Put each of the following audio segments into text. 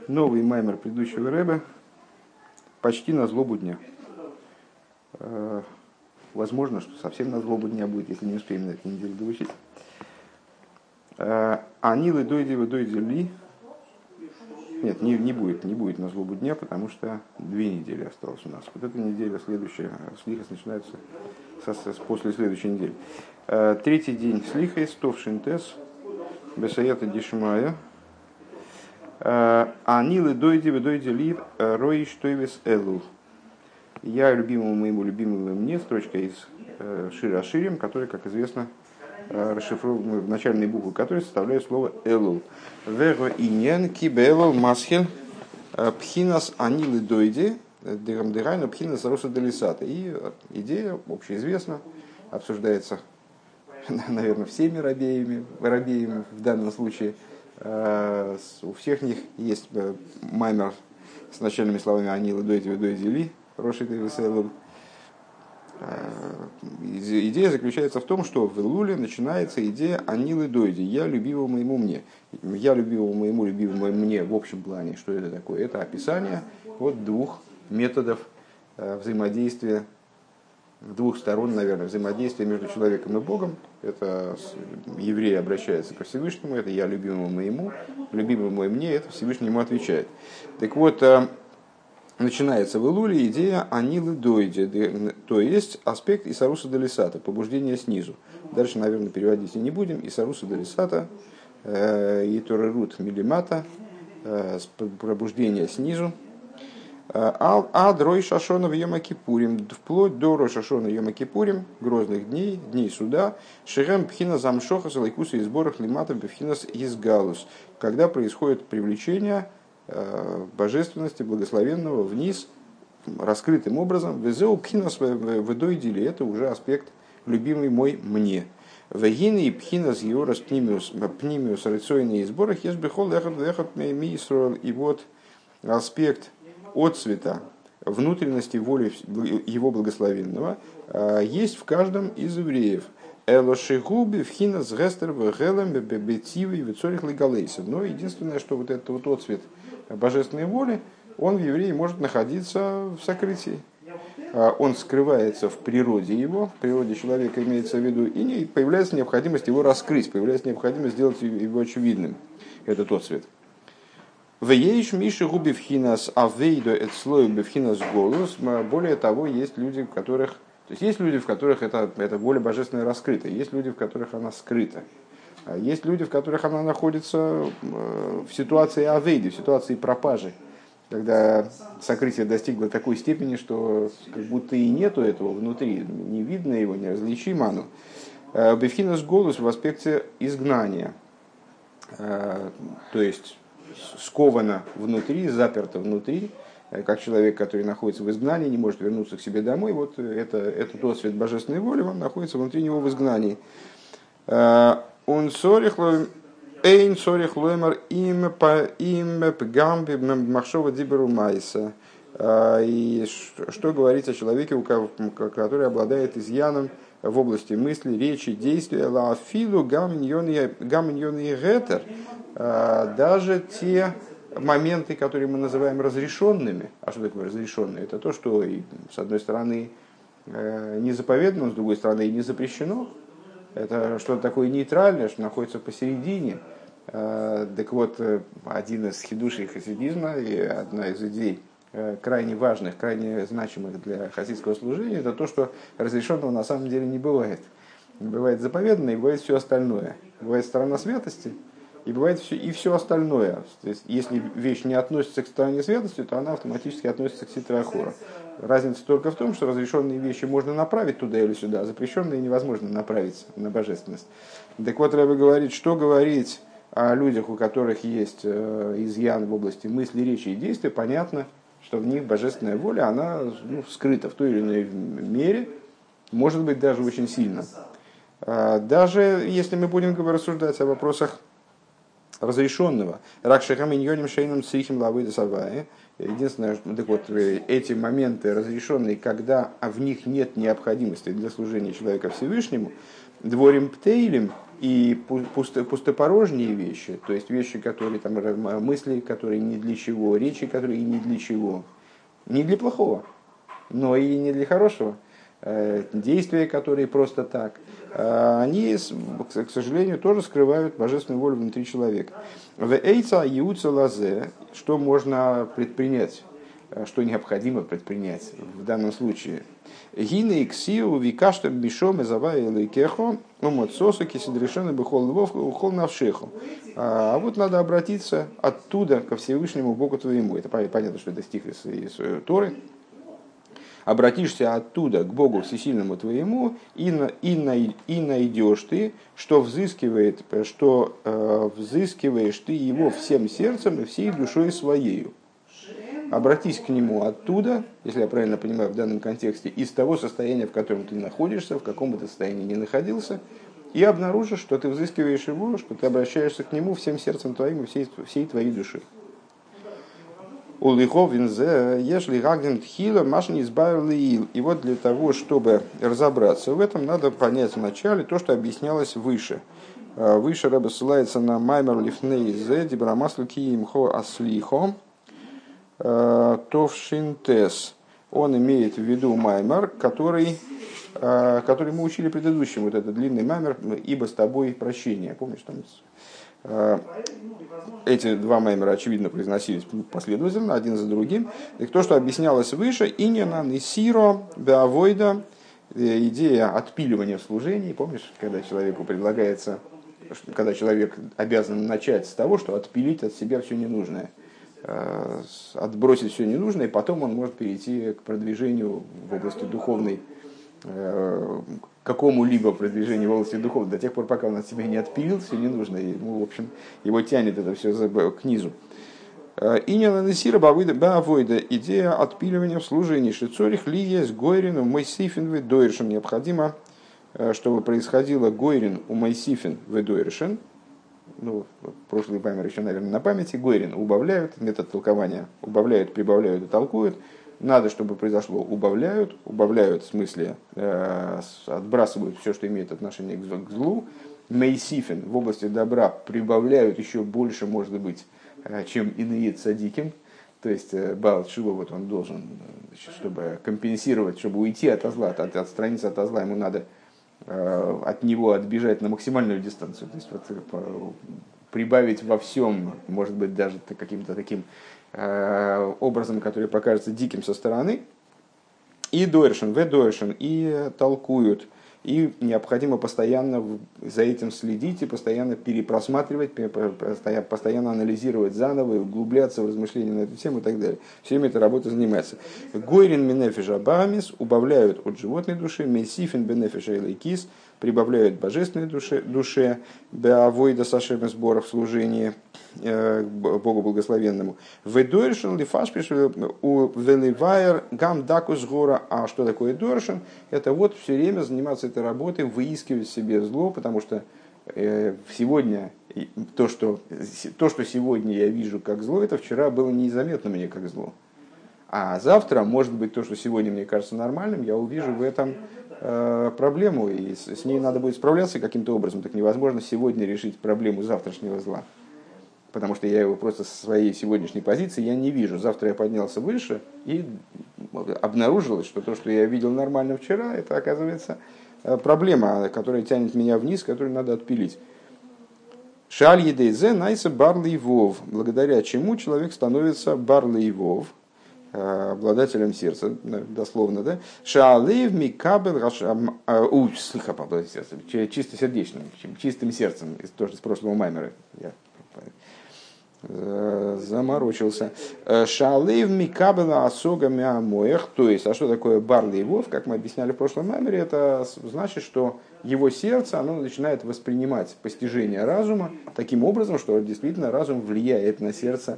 Новый маймер предыдущего рэбе почти на злобу дня. Возможно, что совсем на злобу дня будет, если не успеем на этой неделе доучить. Анилы дойди ли. Нет, не будет на злобу дня, потому что 2 недели осталось у нас. Вот эта неделя, следующая, слихос начинается после следующей недели. 3-й день слихос, товшинтес, бесаята дишмая. Анилы дойди ли, рой штойвес элул. Я любимому моему, любимому мне, строчка из Шира Аширим, которая, как известно, расшифрована в начальные буквы, которые составляют слово элул. Веро иньян кибелул масхель пхинас анилы дойди дырамдырайну пхинас роса делисата. И идея общеизвестна, обсуждается, наверное, всеми рабеями в данном случае. У всех них есть маймер с начальными словами анилы дойди ли. Идея заключается в том, что в Элуле начинается идея анилы дойди. Я любимому моему мне. Я любимому моему, любимому мне в общем плане. Что это такое? Это описание вот 2 методов взаимодействия, 2 сторон, наверное, взаимодействия между человеком и Богом. Это еврей обращается ко Всевышнему, это я любимому моему, любимому мой мне, это Всевышний ему отвечает. Так вот, начинается в Элуле идея анилы дойди, то есть аспект Исаруса Делисата, побуждение снизу. Дальше, наверное, переводить и не будем. Исаруса Делисата, Иторерут Милимата, пробуждение снизу. Ад Рой Шашона в Йома Кипурим, вплоть до Рой Шашона Йома Кипурим, грозных дней, дней суда, Шерем Пхина Замшоха Салайкуса и сборах Лиматом Пхинас Изгалус, когда происходит привлечение божественности, благословенного вниз, раскрытым образом. Везеу пхинас ведойдили, это уже аспект любимый мой мне. Вегины и пхинас георас пнимиус рыцойные сборах есть бехол эхот мисрол. И вот аспект отцвета внутренности воли его благословенного есть в каждом из евреев. Элошигуби вхинас гестер вегелем бебетивый вицорих легалейса. Но единственное, что вот этот вот отцвет божественной воли, он в евреи может находиться в сокрытии. Он скрывается в природе его, в природе человека имеется в виду, и появляется необходимость его раскрыть, появляется необходимость сделать его очевидным, этот отцвет. Вееш миши губи вхинас авейдо эт слой бевхинас голос. Более того, есть люди, в которых эта воля божественная раскрыта, есть люди, в которых она скрыта. Есть люди, в которых она находится в ситуации авейды, в ситуации пропажи, когда сокрытие достигло такой степени, что как будто и нету этого внутри, не видно его, неразличимо оно. Бефхинас голос в аспекте изгнания, то есть сковано внутри, заперто внутри, как человек, который находится в изгнании, не может вернуться к себе домой. Вот этот отцвет божественной воли, он находится внутри него в изгнании. Он сорих эйн сорих лоймар им пгамби махшова диберу майса. И что говорить о человеке, который обладает изъяном в области мысли, речи, действия, лаафилу гаминьон и гетер, даже те моменты, которые мы называем разрешенными. А что такое разрешенные? Это то, что с одной стороны не заповедано, но с другой стороны и не запрещено. Это что-то такое нейтральное, что находится посередине. Так вот, один из хидушей хасидизма и одна из идей крайне важных, крайне значимых для хасидского служения, это то, что разрешенного на самом деле не бывает. Бывает заповедано и бывает все остальное. Бывает сторона святости и бывает все остальное. То есть, если вещь не относится к стороне святости, то она автоматически относится к ситра ахора. Разница только в том, что разрешенные вещи можно направить туда или сюда, а запрещенные невозможно направить на божественность. Так вот, Ребе говорит, что говорить о людях, у которых есть изъян в области мысли, речи и действия, понятно, что в них божественная воля, она скрыта в той или иной мере, может быть даже очень сильно. Даже если мы будем рассуждать о вопросах разрешенного, ракшахаминьоним шейном срихим лавыда савае. Единственное, так вот, эти моменты разрешенные, когда в них нет необходимости для служения человека Всевышнему, дворим птейлем, И пустопорожние вещи, то есть вещи, которые там, мысли, которые ни для чего, речи, которые ни для чего, не для плохого, но и не для хорошего, действия, которые просто так, они, к сожалению, тоже скрывают божественную волю внутри человека. В эйца юца лазе, что можно предпринять, что необходимо предпринять в данном случае. Гины иксиу викашта бишом изавай лейкехо умоцосу кисидрешены бихол львов ухол навшеху. А вот надо обратиться оттуда ко Всевышнему Богу твоему. Это понятно, что это стих из Торы. Обратишься оттуда к Богу Всесильному твоему и найдешь ты, что взыскиваешь ты его всем сердцем и всей душой своею. Обратись к нему оттуда, если я правильно понимаю в данном контексте, из того состояния, в котором ты находишься, в каком бы ты состоянии ни находился, и обнаружишь, что ты взыскиваешь его, что ты обращаешься к нему всем сердцем твоим и всей твоей души. И вот для того, чтобы разобраться в этом, надо понять вначале то, что объяснялось выше. Выше Ребе ссылается на Маймер Лифней Зе, Дибрамаслу Киимхо Аслихо, Товшинтес. Он имеет в виду Маймер, который мы учили предыдущим, вот этот длинный Маймер, ибо с тобой прощение. Помнишь, там эти два маймера, очевидно, произносились последовательно, один за другим. И то, что объяснялось выше, иньяна нисиро беавойда, идея отпиливания в служении. Помнишь, когда человеку предлагается, когда человек обязан начать с того, что отпилить от себя все ненужное, отбросить все ненужное, и потом он может перейти к продвижению в области духовной, какому-либо продвижению в области духовной, до тех пор, пока он от себя не отпилил все ненужное, ему, в общем, его тянет это все к низу. Идея отпиливания в служении шицорих ли есть гойрин у майсифин ведойршен. Необходимо, чтобы происходило гойрин у майсифин ведойршен. Ну, прошлый памер еще, наверное, на памяти. Гойрин убавляют, метод толкования убавляют, прибавляют и толкуют. Надо, чтобы произошло убавляют в смысле отбрасывают все, что имеет отношение к злу. Мейсифин в области добра прибавляют еще больше, может быть, чем иные цадиким. То есть Баал Тшува, вот он должен, чтобы компенсировать, чтобы уйти от зла, отстраниться от зла, ему надо от него отбежать на максимальную дистанцию. То есть вот, прибавить во всем, может быть, даже каким-то таким образом, который покажется диким со стороны, и дойршен, и толкуют, и необходимо постоянно за этим следить и постоянно перепросматривать, постоянно анализировать заново, углубляться в размышления на эту тему и так далее. Все время эта работа занимается. Гойрин менефиш абамис убавляют от животной души, месифин бенефиш эйлейкис прибавляют божественной душе, беавойда сашем сборов служения Богу благословенному. Ведойршен лифашпиш у веливайер гам дакус гора. А что такое дойршен? Это вот все время заниматься этой работой, выискивать в себе зло, потому что сегодня то, что сегодня я вижу как зло, это вчера было незаметно мне как зло. А завтра, может быть, то, что сегодня мне кажется нормальным, я увижу в этом проблему, и с ней надо будет справляться каким-то образом. Так невозможно сегодня решить проблему завтрашнего зла, потому что я его просто со своей сегодняшней позиции я не вижу. Завтра я поднялся выше и обнаружилось, что то, что я видел нормально вчера, это оказывается проблема, которая тянет меня вниз, которую надо отпилить. Шаль едейзе найса барлей вов, благодаря чему человек становится барлей вов, обладателем сердца, дословно, да? Шаалев микабел чистосердечным, чистым сердцем, тоже из прошлого маймера. Я заморочился. Шаалев микабела асога миамоэх, то есть, а что такое барлей вов, как мы объясняли в прошлом маймере, это значит, что его сердце, оно начинает воспринимать постижение разума таким образом, что действительно разум влияет на сердце.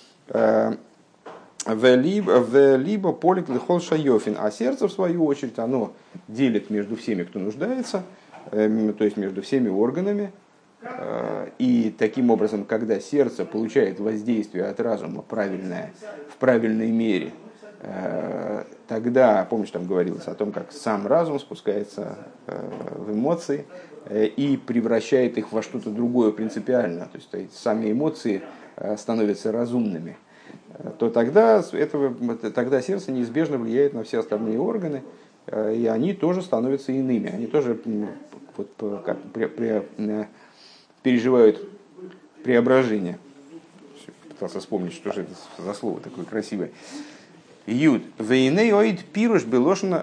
Либо полик лихол шайофин, а сердце, в свою очередь, оно делит между всеми, кто нуждается, то есть между всеми органами. И таким образом, когда сердце получает воздействие от разума правильное, в правильной мере, Тогда, помнишь, там говорилось о том, как сам разум спускается в эмоции и превращает их во что-то другое принципиально, то есть сами эмоции становятся разумными, то тогда сердце неизбежно влияет на все остальные органы, и они тоже становятся иными, они тоже переживают преображение. Пытался вспомнить, что же это за слово такое красивое. Юд. Вейней оид пируш белошен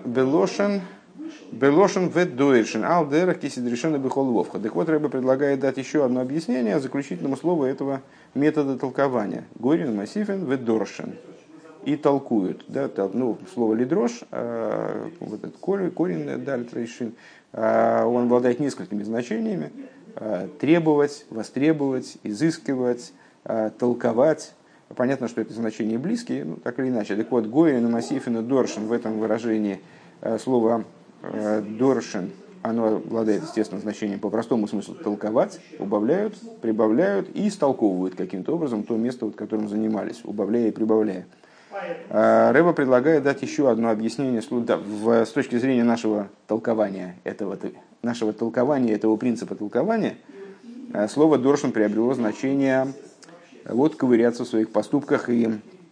веддойшен алдерах кисидрешена бихолвовха. Так вот, Рэбе предлагает дать еще одно объяснение заключительному слову этого метода толкования. Горин массифен веддоршен. И толкуют. Да, слово лидрош, вот этот корень дальтрейшин, он обладает несколькими значениями. Требовать, востребовать, изыскивать, толковать. Понятно, что это значения близкие, так или иначе. Так вот, Гоин, Масифин и Доршин, в этом выражении слово Доршин, оно обладает, естественно, значением по простому смыслу толковать, убавляют, прибавляют и истолковывают каким-то образом то место, которым занимались, убавляя и прибавляя. Рэбе предлагает дать еще одно объяснение с точки зрения нашего толкования этого принципа толкования. Слово Доршин приобрело значение ковыряться в своих поступках и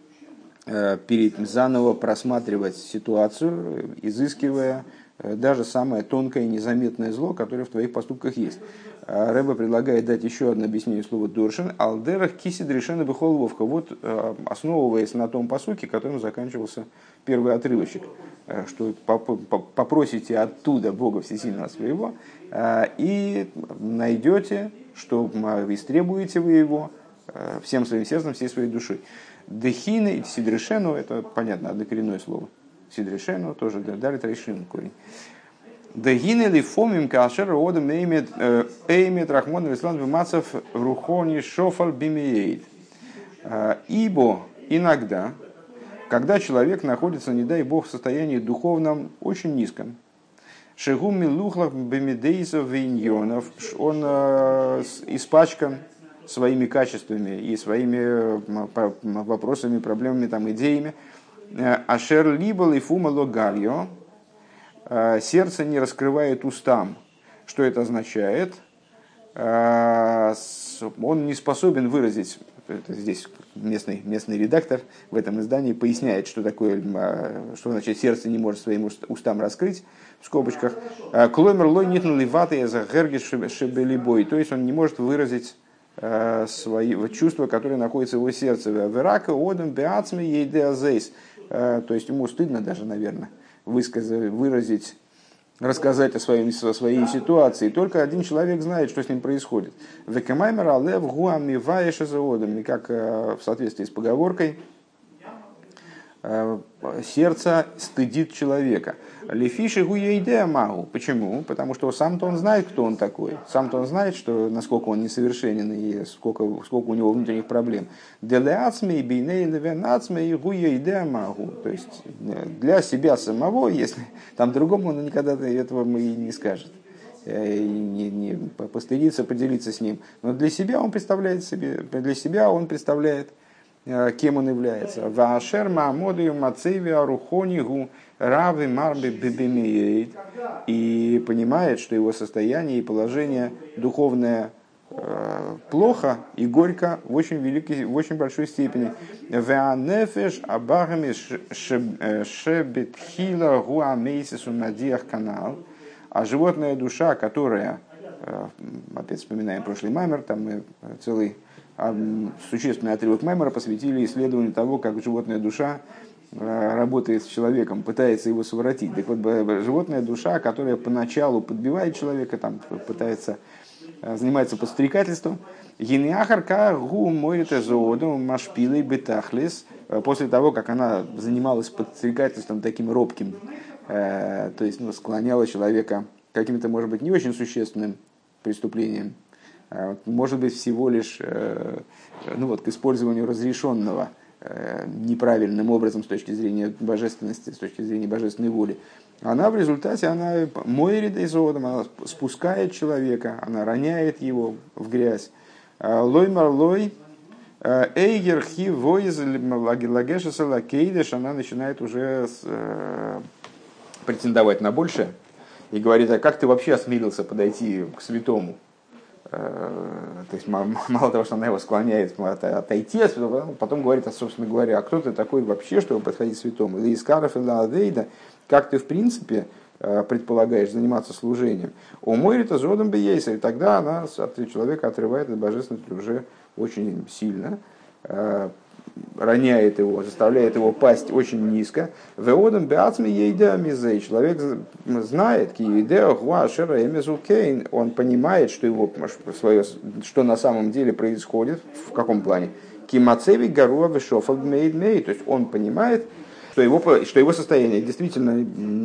заново просматривать ситуацию, изыскивая даже самое тонкое и незаметное зло, которое в твоих поступках есть. Рэбе предлагает дать еще одно объяснение слова «доршин». «Алдерах кисид решена бихол вовка». Вот, основываясь на том пасуке, которым заканчивался первый отрывочек, что попросите оттуда Бога Всесильного своего, и найдете, что истребуете вы его всем своим сердцем, всей своей душой. Дехины и сидрешену, это понятно, однокоренное слово. Сидрешену тоже дали трейшин корень. Дехины ли фомим кашер родом эймет рахмон вислан вимацев рухони шофал бимиейд. Ибо иногда, когда человек находится, не дай Бог, в состоянии духовном очень низком, шегум милухлах бимидейзов виньонов, он испачкан своими качествами и своими вопросами, проблемами, идеями. Ашер либо лифума логарьо, сердце не раскрывает устам. Что это означает? Он не способен выразить, здесь местный редактор в этом издании поясняет, что значит сердце не может своим устам раскрыть, в скобочках. Кломер лой нитну ливаты за гергиш шебелибой, то есть он не может выразить свои чувства, которые находятся в его сердце. Верака одам беацми ейдеазейс. То есть ему стыдно даже, наверное, выразить, рассказать о своей ситуации. Только один человек знает, что с ним происходит. Векамаймер алев гуами ваешезеодам. И как в соответствии с поговоркой, сердце стыдит человека. Лефиши гуейдеа магу. Почему? Потому что сам-то он знает, кто он такой. Сам-то он знает, насколько он несовершенен и сколько у него внутренних проблем. Делеацме и бейней левенацме и гуейдеа магу. То есть для себя самого, если там другому он никогда этого и не скажет. Не постыдится поделиться с ним. Но для себя он представляет кем он является. Вашер маамодию мацевиа рухонигу равы марби бибимиейт. И понимает, что его состояние и положение духовное плохо и горько в очень большой степени. Веанефеш абагами шебетхила гуамейсису надиях канал. А животная душа, которая, опять вспоминаем прошлый маймер, там мы целый существенный отрывок маймера посвятили исследованию того, как животная душа работает с человеком, пытается его совратить. Так вот, животная душа, которая поначалу подбивает человека, занимается подстрекательством, гениахарка гу морита зооду машпилой бетахлис, после того, как она занималась подстрекательством таким робким, то есть склоняла человека к каким-то, может быть, не очень существенным преступлениям, может быть, всего лишь к использованию разрешенного неправильным образом с точки зрения божественности, с точки зрения божественной воли. Она в результате, моерида изодом, она спускает человека, она роняет его в грязь. Лой марлой Эйгер хи воиз лагешеса лакейдеш, она начинает уже претендовать на большее и говорит: а как ты вообще осмелился подойти к святому? То есть мало того, что она его склоняет отойти от святого, потом говорит, собственно говоря, а кто ты такой вообще, чтобы подходить к святому? Или Искаров, или Адейда, как ты в принципе предполагаешь заниматься служением? У Мойрита Зодом Бейса, и тогда она от человека отрывает от божественности уже очень сильно, роняет его, заставляет его пасть очень низко. Веодам беацми ейда мизей. Человек знает, он понимает, что его что на самом деле происходит, в каком плане. Кимацеви гаруа вешофал мейд мей. То есть он понимает, что его состояние действительно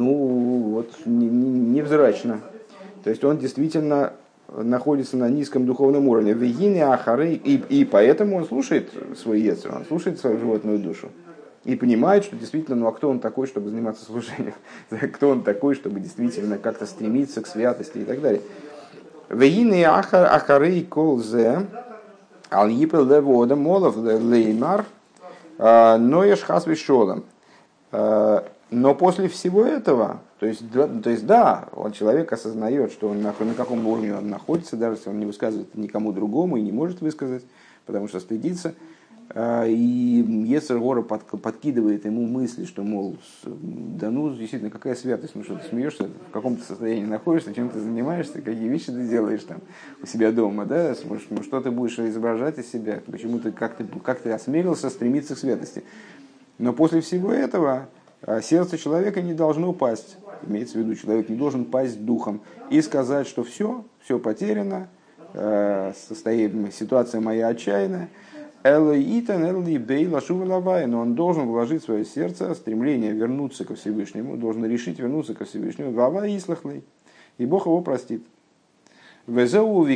невзрачно. То есть он действительно находится на низком духовном уровне. И поэтому он слушает свой ецер, он слушает свою животную душу. И понимает, что действительно, а кто он такой, чтобы заниматься служением? Кто он такой, чтобы действительно как-то стремиться к святости и так далее. Вегины ахарей колзе аль-йипел левода молов леймар ноеш хас вишолом. Но после всего этого, то есть да, человек осознает, что он на каком уровне он находится, даже если он не высказывает никому другому и не может высказать, потому что стыдится. И Йецер Гора подкидывает ему мысли, что, мол, да ну, действительно, какая святость, ну что ты смеешься, в каком-то состоянии находишься, чем ты занимаешься, какие вещи ты делаешь там у себя дома, да, что ты будешь изображать из себя, почему ты, как ты осмелился стремиться к святости. Но после всего этого сердце человека не должно упасть, имеется в виду, человек не должен пасть духом и сказать, что все потеряно, ситуация моя отчаянная, но он должен вложить в свое сердце стремление вернуться ко Всевышнему, должен решить вернуться ко Всевышнему, и Бог его простит. И вот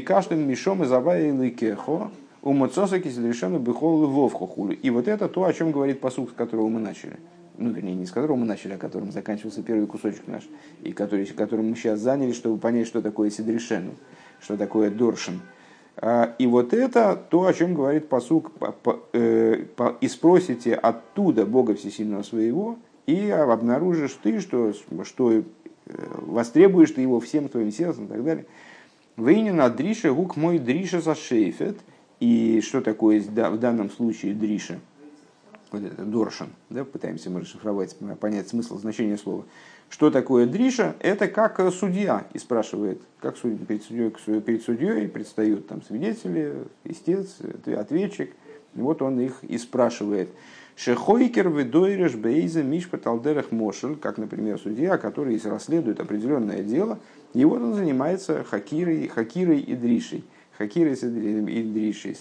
это то, о чем говорит пасук, с которого мы начали. Ну, вернее, не с которого мы начали, а которым заканчивался первый кусочек наш, и которым мы сейчас заняли, чтобы понять, что такое Сидрешену, что такое Доршин. И вот это то, о чем говорит пасук: «И спросите оттуда Бога Всесильного своего, и обнаружишь ты, что востребуешь ты его всем твоим сердцем» и так далее. «Вейнина дриша гук мой дриша зашейфет». И что такое в данном случае дриша? Вот это Доршин, да, пытаемся мы расшифровать, понять смысл, значение слова. Что такое дриша? Это как судья, и спрашивает, как перед судьей предстают там свидетели, истец, ответчик, и вот он их и спрашивает. Шехойкер ведойреш бейзе мишпат алдерах мошель, как, например, судья, который расследует определенное дело, и вот он занимается хакирой и дришей. Хакирой и дришей.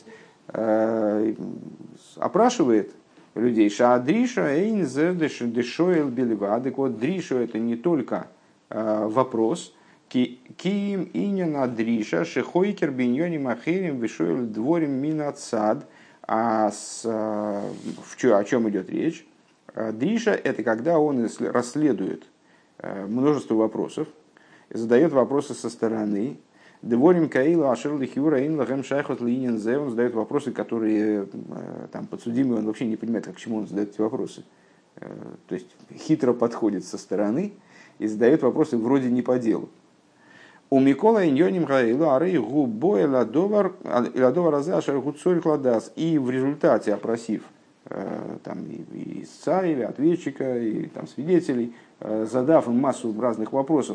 Опрашивает людей. Шаадриша эйнзе дешоэл белевадек. Вот дриша — это не только вопрос. Киим иньяна дриша шехойкер биньони махерим вишоэл дворим минацад. О чем идет речь? Дриша — это когда он расследует множество вопросов, задает вопросы со стороны. Дворим Каила Ашер Лихюра Инлагем Шайхот Линин Зе. Он задает вопросы, которые там подсудимый, он вообще не понимает, к чему он задает эти вопросы. То есть хитро подходит со стороны и задает вопросы вроде не по делу. У Микола Иньоним Гаила Арей Губой Ладовар Азе Ашер Гуцоль Кладас. И в результате, опросив там и истца, или ответчика, и там свидетелей, задав им массу разных вопросов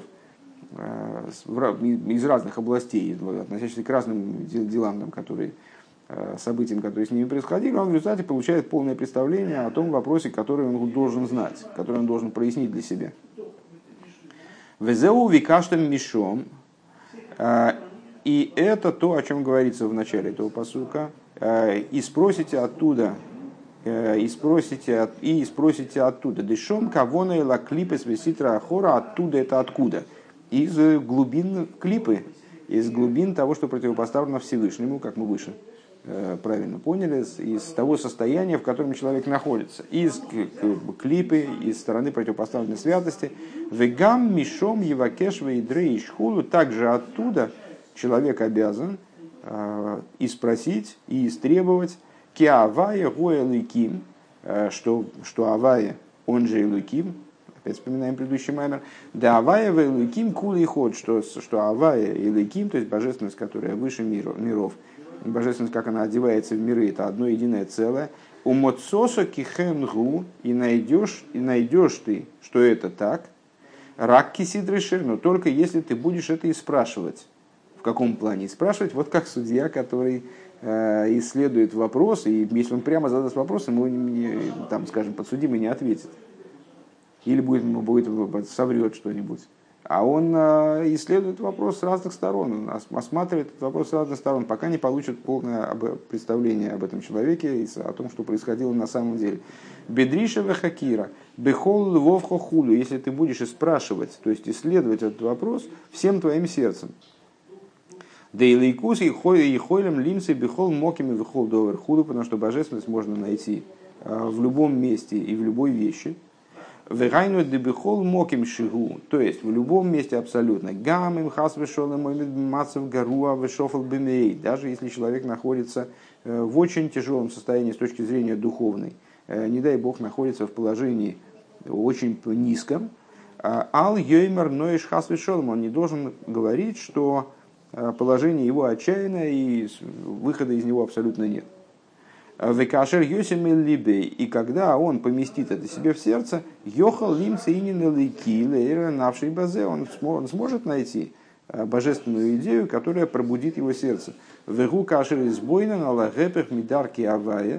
из разных областей, относящихся к разным делам, событиям, которые с ними происходили, он в результате получает полное представление о том вопросе, который он должен знать, который он должен прояснить для себя. Везеу викаштем мишом. И это то, о чем говорится в начале этого пасука. И спросите оттуда, дешом кавона и лаклипес веситра ахора, оттуда это откуда? Из глубин клипы, из глубин того, что противопоставлено Всевышнему, как мы выше правильно поняли, из того состояния, в котором человек находится, из клипы, из стороны противопоставленной святости. Вегам мишом евакеш вейдрей шхулу, также оттуда человек обязан и спросить, и истребовать Киавая Гоэлыким, что Авая, он же Элуким, опять вспоминаем предыдущий маймер, да Авая Элуким кула и ход, что Авая и Элуким, то есть божественность, которая выше миров, божественность, как она одевается в миры, это одно единое целое. У Моцосо Кихенгу, и найдешь ты, что это так, рак кисидрышир, но только если ты будешь это и спрашивать. В каком плане? И спрашивать, вот как судья, который исследует вопрос, и если он прямо задаст вопрос, ему, там, скажем, подсудимый не ответит. Или будет соврет что-нибудь. А он исследует вопрос с разных сторон, он осматривает этот вопрос с разных сторон, пока не получит полное представление об этом человеке и о том, что происходило на самом деле. Бедришева хакира, бехол львов хохулю, если ты будешь и спрашивать, то есть исследовать этот вопрос всем твоим сердцем. Да и лейкус и хойлем лимсы бехол мокими бехол довер худу, потому что божественность можно найти в любом месте и в любой вещи. Вегайну дебихол моким шигу, то есть в любом месте абсолютно. Гам им хас вешолем мацев гаруа вешофал бемей, даже если человек находится в очень тяжелом состоянии с точки зрения духовной, не дай бог находится в положении очень низком, ал йоймер ноиш хас вешолем, он не должен говорить, что положение его отчаянное и выхода из него абсолютно нет. Векашер йосим либей, и когда он поместит это себе в сердце, йохал лим цейнин лики лейра навший базе, он сможет найти божественную идею, которая пробудит его сердце. Вегу кашер избойна на лагепех мидарки авая,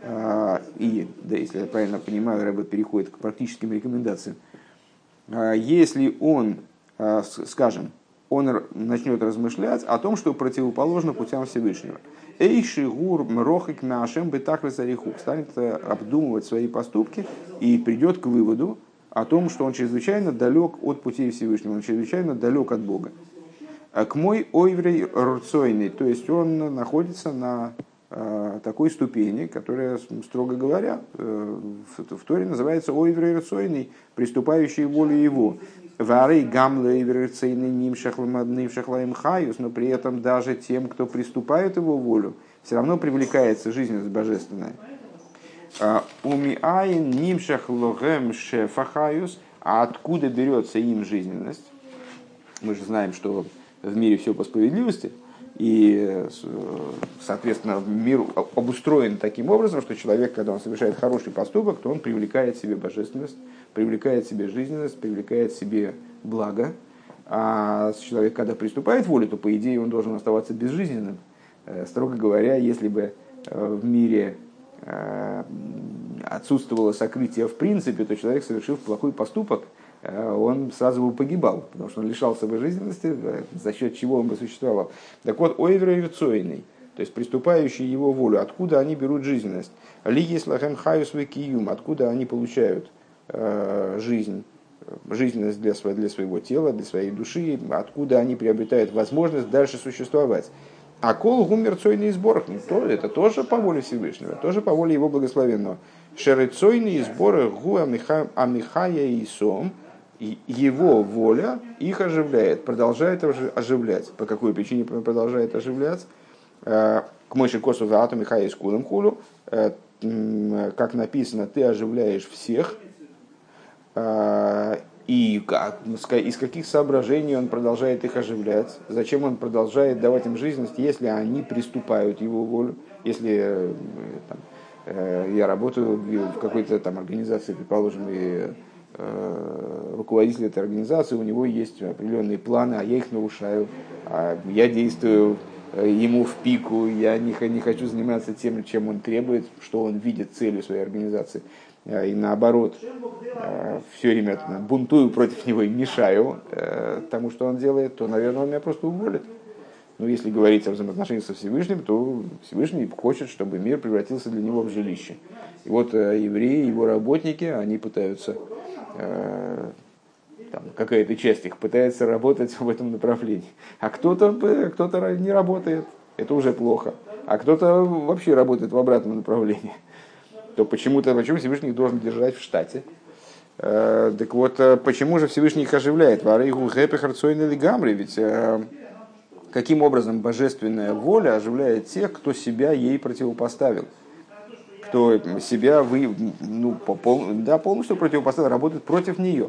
и, да, если я правильно понимаю, Рэбе переходит к практическим рекомендациям. Если он, скажем, он начнет размышлять о том, что противоположно путям Всевышнего. Эйши гур мрохик нашим бетахлес арихук, станет обдумывать свои поступки и придет к выводу о том, что он чрезвычайно далек от путей Всевышнего, он чрезвычайно далек от Бога. К мой ойврей рцойный, то есть он находится на такой ступени, которая, строго говоря, в Торе называется ойврей рцойный, приступающий волю его. Варей гамлей верцейный нимшахламадным хаюс, но при этом даже тем, кто приступает его волю, все равно привлекается жизненность божественная. Умиайн нимшахлогем шефахаюс, а откуда берется им жизненность? Мы же знаем, что в мире все по справедливости, и, соответственно, мир обустроен таким образом, что человек, когда он совершает хороший поступок, то он привлекает себе божественность, привлекает себе жизненность, привлекает себе благо. А человек, когда приступает к воле, то, по идее, он должен оставаться безжизненным. Строго говоря, если бы в мире отсутствовало сокрытие в принципе, то человек, совершив плохой поступок, он сразу бы погибал, потому что он лишался бы жизненности, за счет чего он бы существовал. Так вот, ойвревицойный, то есть приступающий его волю, откуда они берут жизненность? Лигис лахем хаюс векиюм, откуда они получают жизненность для своего тела, для своей души, откуда они приобретают возможность дальше существовать. А кол гумерцойный сбор, это тоже по воле Всевышнего, тоже по воле его благословенного. Шерецойные сборы гу амихая и сом, его воля их оживляет, продолжает оживлять. По какой причине продолжает оживлять? К мойши косу за атом михая с кулем хулю, как написано, ты оживляешь всех. И из каких соображений он продолжает их оживлять? Зачем он продолжает давать им жизненность, если они приступают его волю? Если я работаю в какой-то там организации, предположим, и руководитель этой организации, у него есть определенные планы, а я их нарушаю, я действую ему в пику, я не хочу заниматься тем, чем он требует, что он видит целью своей организации, и наоборот, все время бунтую против него и мешаю тому, что он делает, то, наверное, он меня просто уволит. Но если говорить о взаимоотношениях со Всевышним, то Всевышний хочет, чтобы мир превратился для него в жилище. И вот евреи, его работники, они пытаются, какая-то часть их пытается работать в этом направлении. А кто-то не работает, это уже плохо. А кто-то вообще работает в обратном направлении. То почему Всевышний их должен держать в штате? Так вот, почему же Всевышний их оживляет? Варейгу гэпехарцойный лигамри, ведь каким образом божественная воля оживляет тех, кто себя ей противопоставил? что себя полностью противопоставил, работает против нее.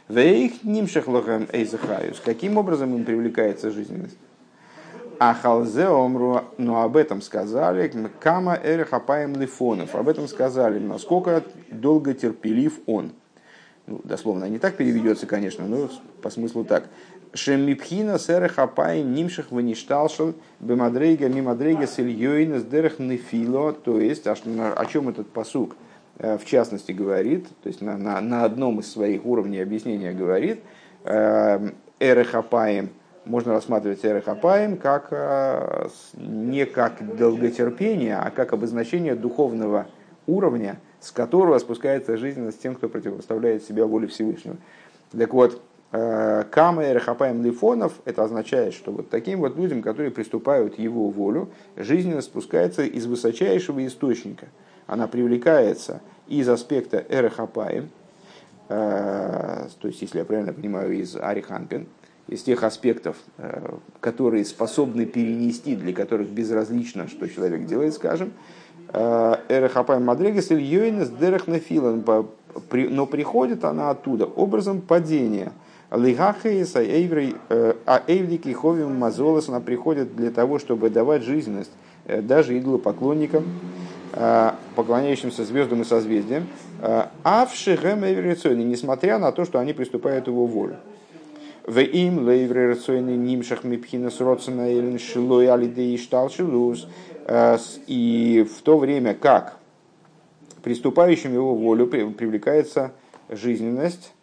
Каким образом им привлекается жизненность? А халзе омру, но об этом сказали, кама эрехапаем лифонов, об этом сказали, насколько долго терпелив он. Дословно не так переведется, конечно, но по смыслу так. Шемипхина сэрехапаем нимших ваништалшал бемадрейга мимадрейга с ильёйн с дерех нефило. То есть, о чем этот пасук в частности говорит, то есть на одном из своих уровней объяснения говорит, эрехапаем, можно рассматривать эрехапаем как, не как долготерпение, а как обозначение духовного уровня, с которого спускается жизненность тем, кто противопоставляет себя воле Всевышнего. Так вот, кама эрехапаем лифонов, это означает, что вот таким вот людям, которые приступают его волю, жизненность спускается из высочайшего источника. Она привлекается из аспекта эрехапаем, то есть, если я правильно понимаю, из ариханпин, из тех аспектов, которые способны перенести, для которых безразлично, что человек делает, скажем, эрехапаем мадрегес ильёйнес дерех нефилан, но приходит она оттуда образом падения. Лигахейс эйвлики ховим мазолос, она приходит для того, чтобы давать жизненность даже идолопоклонникам, поклоняющимся звездам и созвездиям, а в шехем эйврицойны, несмотря на то, что они приступают его волю. В им лейврицойны нимшах мипхинас родсена элен шилой алидей шталшилус. И в то время как приступающим его волю привлекается жизненность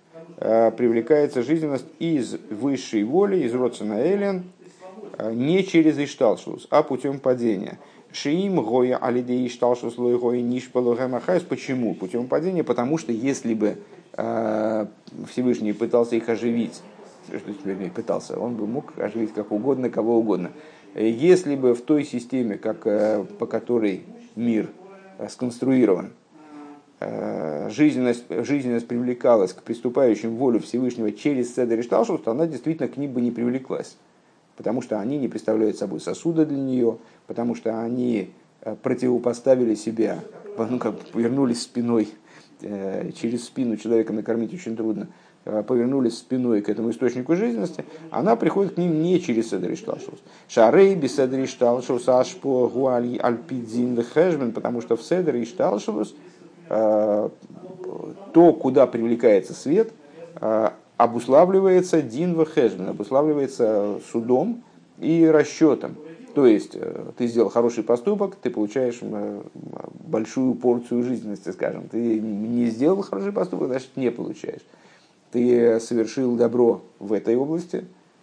из высшей воли, из родсена элен, не через ишталшилус, а путем падения. Шиим гоя алидей ишталшилус лой гоя нишпалогэмахайс. Почему? Путем падения, потому что если бы Всевышний пытался их оживить, он бы мог оживить как угодно, кого угодно. Если бы в той системе, по которой мир сконструирован, жизненность привлекалась к приступающим в волю Всевышнего через седер и шталшус, то она действительно к ним бы не привлеклась. Потому что они не представляют собой сосуда для нее, потому что они противопоставили себя, повернулись спиной, через спину человека накормить очень трудно, повернулись спиной к этому источнику жизненности, она приходит к ним не через седер и шталшус. Шарей без седер и шталшус ашпо гуали альпидзин хэшбен, потому что в седер и шталшус то, куда привлекается свет, обуславливается дин хэшбен, обуславливается судом и расчетом. То есть ты сделал хороший поступок, ты получаешь большую порцию жизненности, скажем. Ты не сделал хороший поступок, значит не получаешь. Ты совершил добро в этой области,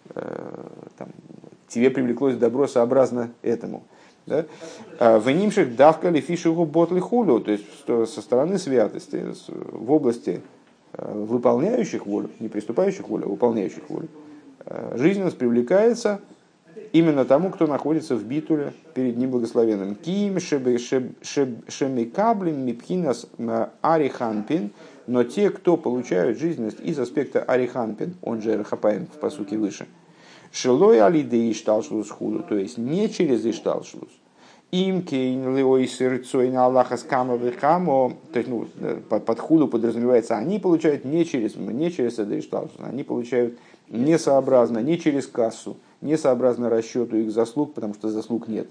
тебе привлеклось добро сообразно этому. В нимших давка лифишигу ботли хулю, то есть со стороны святости, в области выполняющих волю, не приступающих волю, а выполняющих волю, жизненность привлекается именно тому, кто находится в битуле перед ним благословенным. Ким шемикаблим мипхинас ариханпин, но те, кто получают жизненность из аспекта ариханпин, он же эрхапаем в пасуке выше, шилой алидей ишталшлус худу, то есть не через ишталшлус. Им кейн леойсер цойна аллаха скама вехамо, то есть под худу подразумевается, они получают не через это ишталшлус, они получают несообразно, не через кассу, несообразно расчету их заслуг, потому что заслуг нет,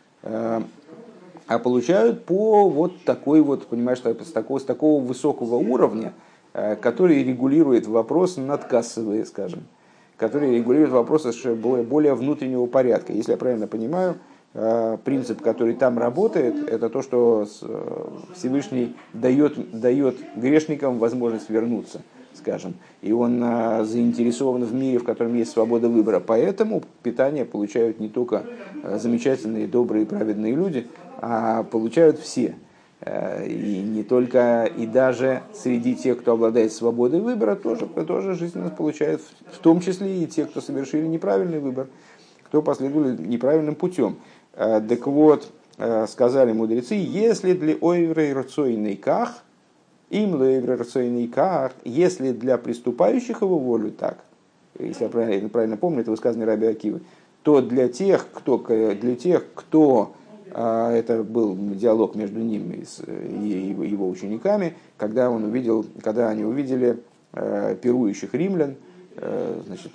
а получают по вот такой вот, понимаешь, с такого высокого уровня, который регулирует вопросы надкассовые, скажем, который регулирует вопросы более внутреннего порядка. Если я правильно понимаю, принцип, который там работает, это то, что Всевышний дает грешникам возможность вернуться, скажем, и он заинтересован в мире, в котором есть свобода выбора. Поэтому питание получают не только замечательные, добрые, праведные люди, а получают все. И не только, и даже среди тех, кто обладает свободой выбора, тоже жизненность получают, в том числе и те, кто совершили неправильный выбор, кто последовали неправильным путем. Так вот, сказали мудрецы, если для ойврей рацойный ках, им лойврей рацойный ках, если для приступающих его волю так, если я правильно помню, это высказывание Раби Акивы, то для тех, кто Это был диалог между ним и его учениками, когда они увидели пирующих римлян, значит,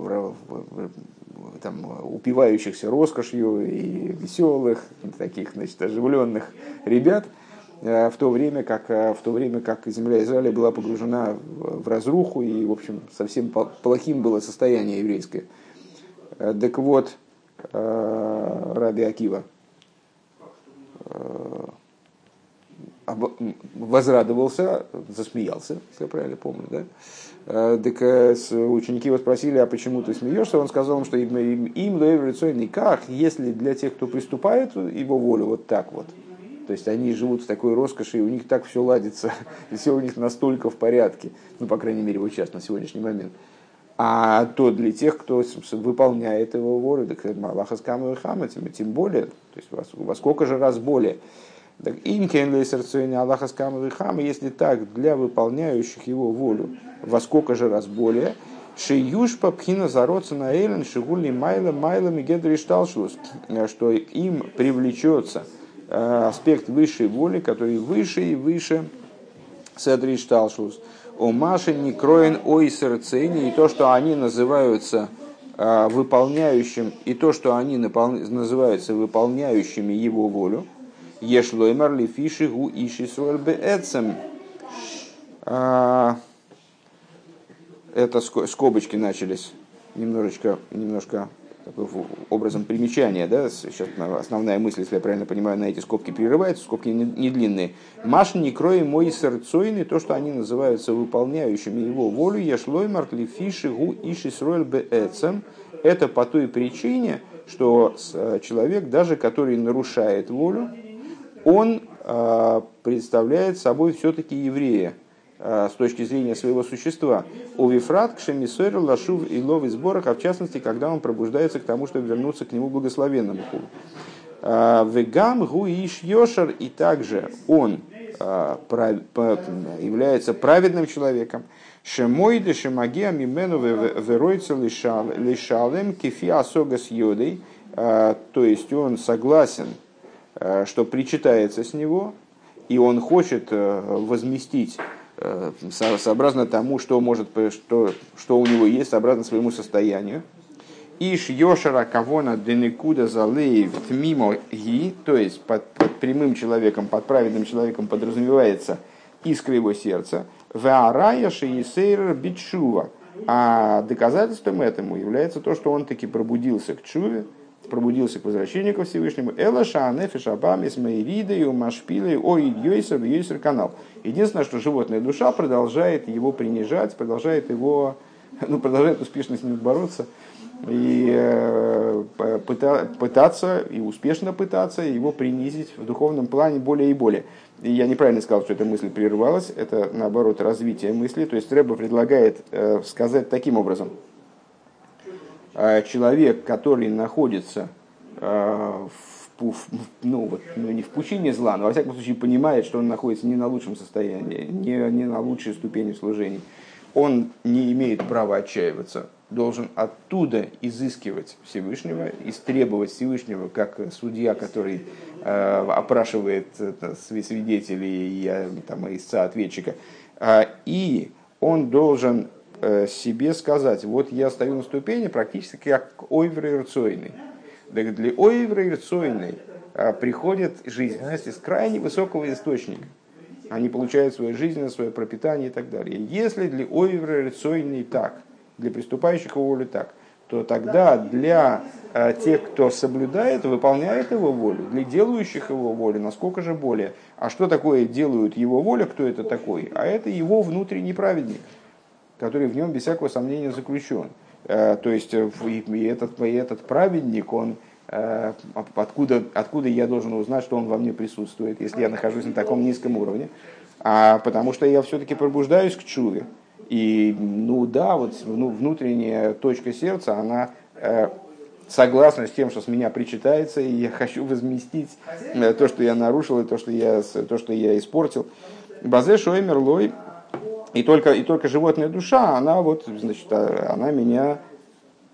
там, упивающихся роскошью и веселых, таких, значит, оживленных ребят, в то время как земля Израиля была погружена в разруху, и, в общем, совсем плохим было состояние еврейское. Так вот, Раби Акива возрадовался, засмеялся, если я правильно помню, да? Так ученики его спросили, а почему ты смеешься? Он сказал им, что им никак, если для тех, кто приступает его волю вот так вот, то есть они живут в такой роскоши, и у них так все ладится, и все у них настолько в порядке, ну, по крайней мере, вот сейчас, на сегодняшний момент. А то для тех, кто выполняет его волю, так Малаха с Камой Хама, тем более, то есть во сколько же раз более. Так инкен лейсерцуэни Аллаха с Камой Хама, если так, для выполняющих его волю, во сколько же раз более, шиюш папхина зароца на элен шигульни майлами гедри шталшус, что им привлечется аспект высшей воли, который выше и выше седри шталшус. О Маше не кроен ойсер цени, и то, что они называются выполняющим, и то, что они называются выполняющими его волю, ешлоймар ли фиши гу иши суэльбе эцем. Это скобочки начались немножко такой образом примечания, да? Сейчас основная мысль, если я правильно понимаю, на эти скобки прерывается, скобки не длинные. Маш не крой мой сердцойный, то, что они называются выполняющими его волю, ешлоймар ли фиши гу иши суэльбе эцем. Это по той причине, что человек, даже который нарушает волю, он представляет собой все-таки еврея с точки зрения своего существа. Увифрат кшемисойр лашув и лов из сборах, а в частности, когда он пробуждается к тому, чтобы вернуться к нему благословенному. Вегам гуиш йошар, и также он является праведным человеком. Шемойды шемагия мимену веройца лишалем кефи асогас йодой, то есть он согласен, что причитается с него, и он хочет возместить сообразно тому, что у него есть, сообразно своему состоянию. Иш йошара кавона денекуда залеев мимо ги, то есть под прямым человеком, под праведным человеком подразумевается искра его сердца. Веарая шеисейр бичува. А доказательством этому является то, что он таки пробудился к чуве, пробудился к возвращению ко Всевышнему. Элаша анефиша бамис мейриды умашпилы ой йойсер йойсер канал. Единственное, что животная душа продолжает его принижать, продолжает успешно с ним бороться и пытаться, и успешно пытаться его принизить в духовном плане более и более. И я неправильно сказал, что эта мысль прервалась, это наоборот развитие мысли. То есть Ребе предлагает сказать таким образом. Человек, который находится не в пучине зла, но во всяком случае понимает, что он находится не на лучшем состоянии, не на лучшей ступени служений, он не имеет права отчаиваться, должен оттуда изыскивать Всевышнего, истребовать Всевышнего, как судья, который опрашивает свидетелей и истца ответчика, и он должен себе сказать: вот я стою на ступени практически как ойврей рцойный. Для ойврей рцойный приходит жизненность из крайне высокого источника. Они получают свою жизненность, свое пропитание и так далее. Если для ойврей рцойный так, для приступающих его волю так, то тогда для тех, кто соблюдает, выполняет его волю, для делающих его волю, насколько же более. А что такое делают его волю, кто это такой? А это его внутренний праведник, который в нем без всякого сомнения заключен. То есть и этот праведник, он, откуда я должен узнать, что он во мне присутствует, если я нахожусь на таком низком уровне? Потому что я все-таки пробуждаюсь к чуве. И внутренняя точка сердца, она согласна с тем, что с меня причитается, и я хочу возместить то, что я нарушил, и то, что я испортил. Базе шоймер лой. И только животная душа, она меня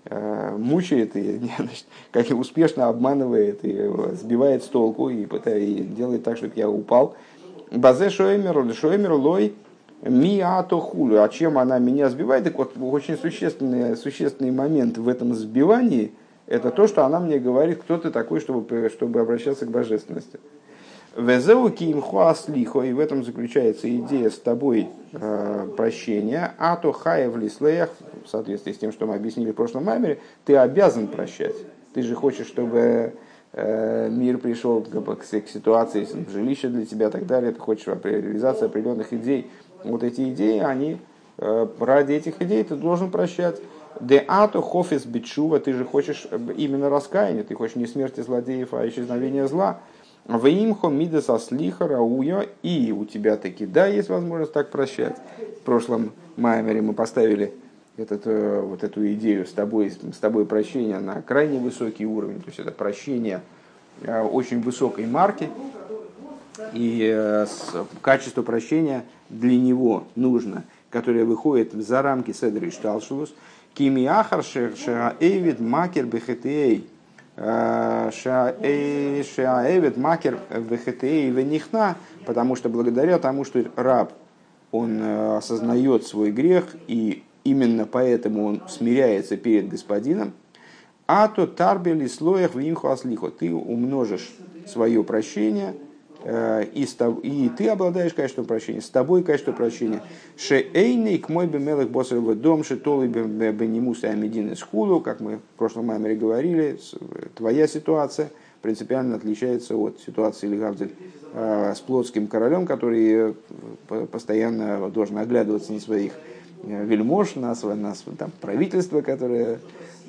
мучает и значит, как и успешно обманывает и сбивает с толку и делает так, чтобы я упал. Базе шоэмер лой ми ато хулю. А чем она меня сбивает? Так вот, очень существенный момент в этом сбивании – это то, что она мне говорит, кто ты такой, чтобы обращаться к божественности. Везеу кимхуа слихо, и в этом заключается идея с тобой прощения. Ато хаев лислеях, в соответствии с тем, что мы объяснили в прошлом маймере, ты обязан прощать. Ты же хочешь, чтобы мир пришел к ситуации, жилище для тебя и так далее. Ты хочешь реализации определенных идей. Вот эти идеи, они ради этих идей ты должен прощать. Де ато хофис бичува, ты же хочешь именно раскаяния, ты хочешь не смерти злодеев, а исчезновения зла. Ваимхо мидас аслиха рауя, и у тебя таки, да, есть возможность так прощать. В прошлом маймере мы поставили вот эту идею с тобой прощения на крайне высокий уровень, то есть это прощение очень высокой марки, и качество прощения для него нужно, которое выходит за рамки седер и шталшулус. Кими ахар шеаэвид макер бехетей шеаэвид макер бехетей венихна, потому что благодаря тому, что раб, он осознает свой грех, и именно поэтому он смиряется перед господином, а то тарбели слоях в имху аслихо, ты умножишь свое прощение, и ты обладаешь качеством прощения, с тобой качество прощения. Шеэйный к мой бемелых боссовый дом, шетолы бенемус и амедин из хулу, как мы в прошлом маймере говорили, твоя ситуация принципиально отличается от ситуации Лигавдель с плотским королем, который постоянно должен оглядываться на своих вельмож, на там, правительство, которое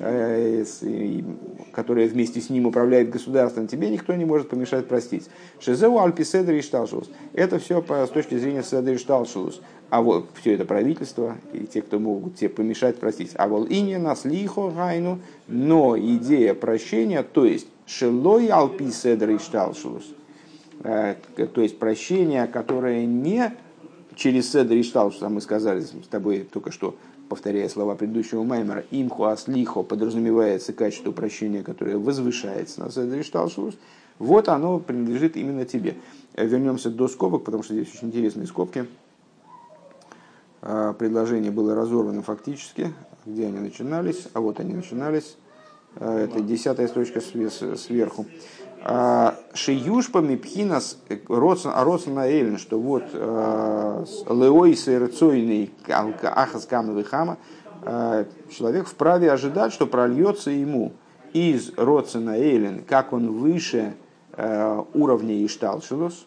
вместе с ним управляет государством, тебе никто не может помешать простить. Шезеу альпи седер и шталшулус. Это все с точки зрения седер и шталшулус. А вот все это правительство и те, кто могут тебе помешать простить. А вот и не нас лихо гайну, но идея прощения, то есть шелой альпи седер и шталшулус, то есть прощение, которое не через седер и шталшулус, мы сказали с тобой только что, повторяя слова предыдущего маймера, имху аслихо подразумевается качество прощения, которое возвышается на седер и шталшулус, вот оно принадлежит именно тебе. Вернемся до скобок, потому что здесь очень интересные скобки. Предложение было разорвано фактически. Где они начинались? А вот они начинались. Это 10-я строчка сверху. Шиюшпами пхинас родсона эльн, что вот леой сэрцойный ахас камовый хама, человек вправе ожидать, что прольется ему из родсона эльн, как он выше уровня ишталшилус.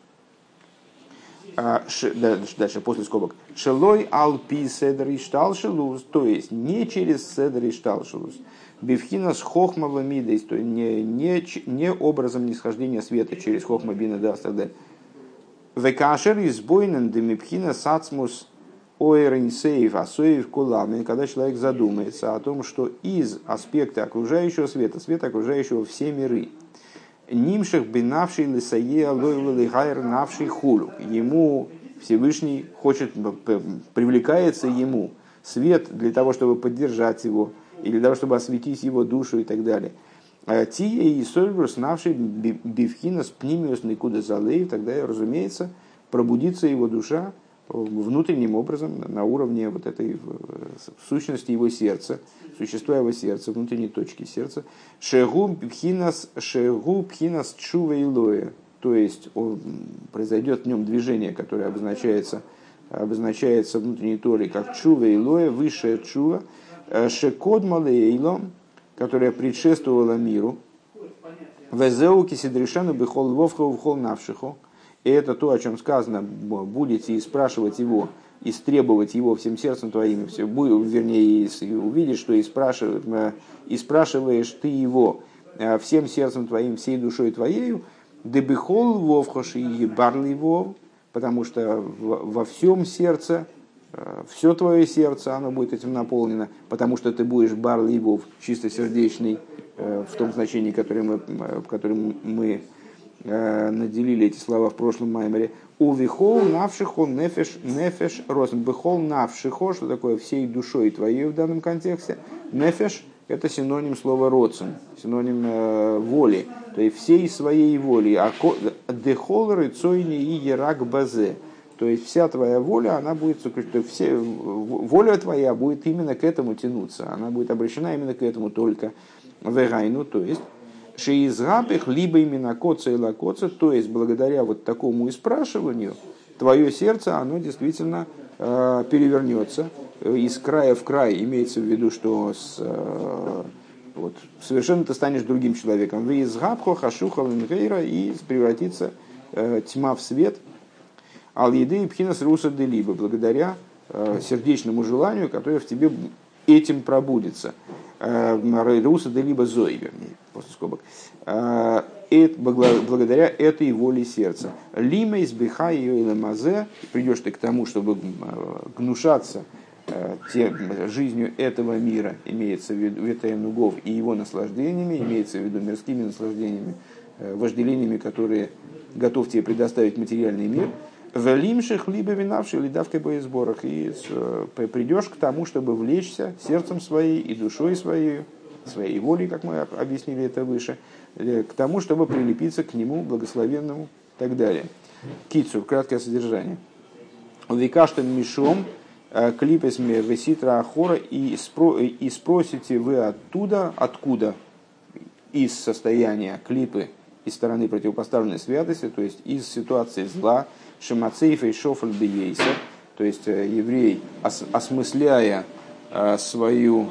Дальше, после скобок. Шелой алпи седер ишталшилус, то есть не через седер ишталшилус. Бифхина с хохма мидейс, то есть не образом нисхождения света через хохма бина да так далее. Векашер избойнен демипхина сацмус ойренсейв асоев кулами, когда человек задумается о том, что из аспекта окружающего света, света окружающего все миры, нимших бинавший лисае лойлы гайр навший хулу, ему Всевышний привлекается ему свет для того, чтобы поддержать его, или для того, чтобы осветить его душу и так далее. Тие и сольбрус навший бифхинас пнимиус никуда залей, тогда, разумеется, пробудится его душа внутренним образом на уровне вот этой сущности его сердца, существа его сердца, внутренней точки сердца. Шегу пхинас чува илоя, то есть произойдет в нем движение, которое обозначается внутренней торой как чува илоя, высшая чува. Шекод малейлом, которая предшествовала миру, везеуки сидришану бихол вовху вхол навшиху, и это то, о чем сказано, будете спрашивать его, истребовать его всем сердцем твоим, вернее, увидишь, что и спрашиваешь ты его всем сердцем твоим, всей душой твоею, дебихол вовхоши и барли вов, потому что во всем сердце, все твое сердце, оно будет этим наполнено, потому что ты будешь бар ливов, чистосердечный, в том значении, которым мы наделили эти слова в прошлом маймере. У вихол навшихо нефеш росн. Бихол навшихо, что такое всей душой твоей в данном контексте. Нефеш – это синоним слова «роцен», синоним воли, то есть всей своей воли. «Дехол рыцойни и ерак базе». То есть вся твоя воля, она будет, воля твоя будет именно к этому тянуться, она будет обращена именно к этому только вегайну, то есть шеизгапих, либо именно коца и лакоца, то есть благодаря вот такому испрашиванию твое сердце, оно действительно перевернется из края в край, имеется в виду, что вот, совершенно ты станешь другим человеком. Веизгапхо хашуха ленгейра, и превратится тьма в свет. Ал-еды и пхинас руса делиба, благодаря сердечному желанию, которое в тебе этим пробудится. Руса делиба зой, вернее, после скобок. Благодаря этой воле сердца. Лима избихай ее и ламазе, придешь ты к тому, чтобы гнушаться жизнью этого мира, имеется в виду ветаенугов и его наслаждениями, имеется в виду мирскими наслаждениями, вожделениями, которые готов тебе предоставить материальный мир. В лимших либо винавших лидавкой боезборах, и придешь к тому, чтобы влечься сердцем своей и душой своей волей, как мы объяснили это выше, к тому, чтобы прилепиться к нему, благословенному и так далее. Кицур, краткое содержание. Викаштем мишом клипесме веситра ахора, и спросите вы оттуда, откуда? Из состояния клипы, из стороны противопоставленной святости, то есть из ситуации зла, шемацейфа и шофаль бейса, то есть еврей, осмысляя свое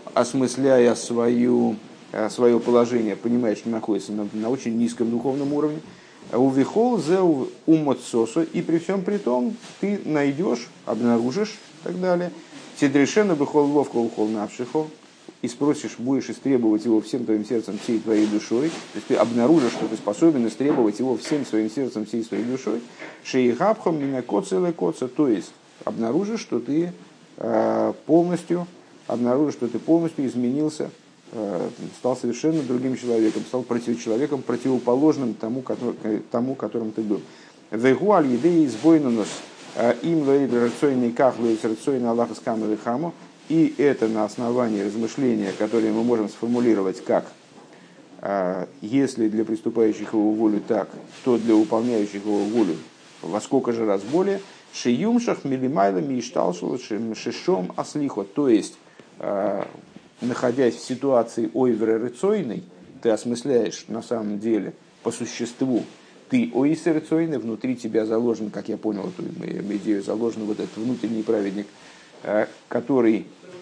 положение, понимает, что находится на очень низком духовном уровне, увихол зе умоцосо, и при всем при том ты найдешь, обнаружишь и так далее, тедрешена бихол ловко ухол навшихо, и спросишь, будешь истребовать его всем твоим сердцем, всей твоей душой, то есть ты обнаружишь, что ты способен истребовать его всем своим сердцем, всей своей душой, шейхабхом минакоца или коца, то есть обнаружишь, что ты полностью изменился, стал совершенно другим человеком, стал человеком противоположным тому, которым ты был. Вегуаль едей избойнунос им лоэберцойный ках лоэберцойный Аллах искамы хаму. И это на основании размышления, которые мы можем сформулировать как если для приступающих его волю так, то для выполняющих его волю во сколько же раз более. Шиюмшах милимайлами и шталшил шишом ослихо. То есть, находясь в ситуации ойвера рыцойной, ты осмысляешь на самом деле по существу, ты ойсер рыцойный, внутри тебя заложен, как я понял эту идею, заложен вот этот внутренний праведник, который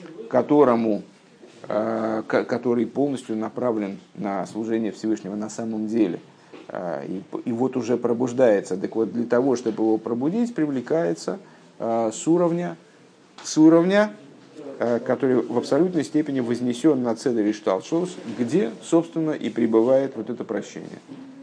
полностью направлен на служение Всевышнего на самом деле. И вот уже пробуждается. Так вот, для того, чтобы его пробудить, привлекается с уровня, который в абсолютной степени вознесен на цедер и шталшос, где, собственно, и пребывает вот это прощение.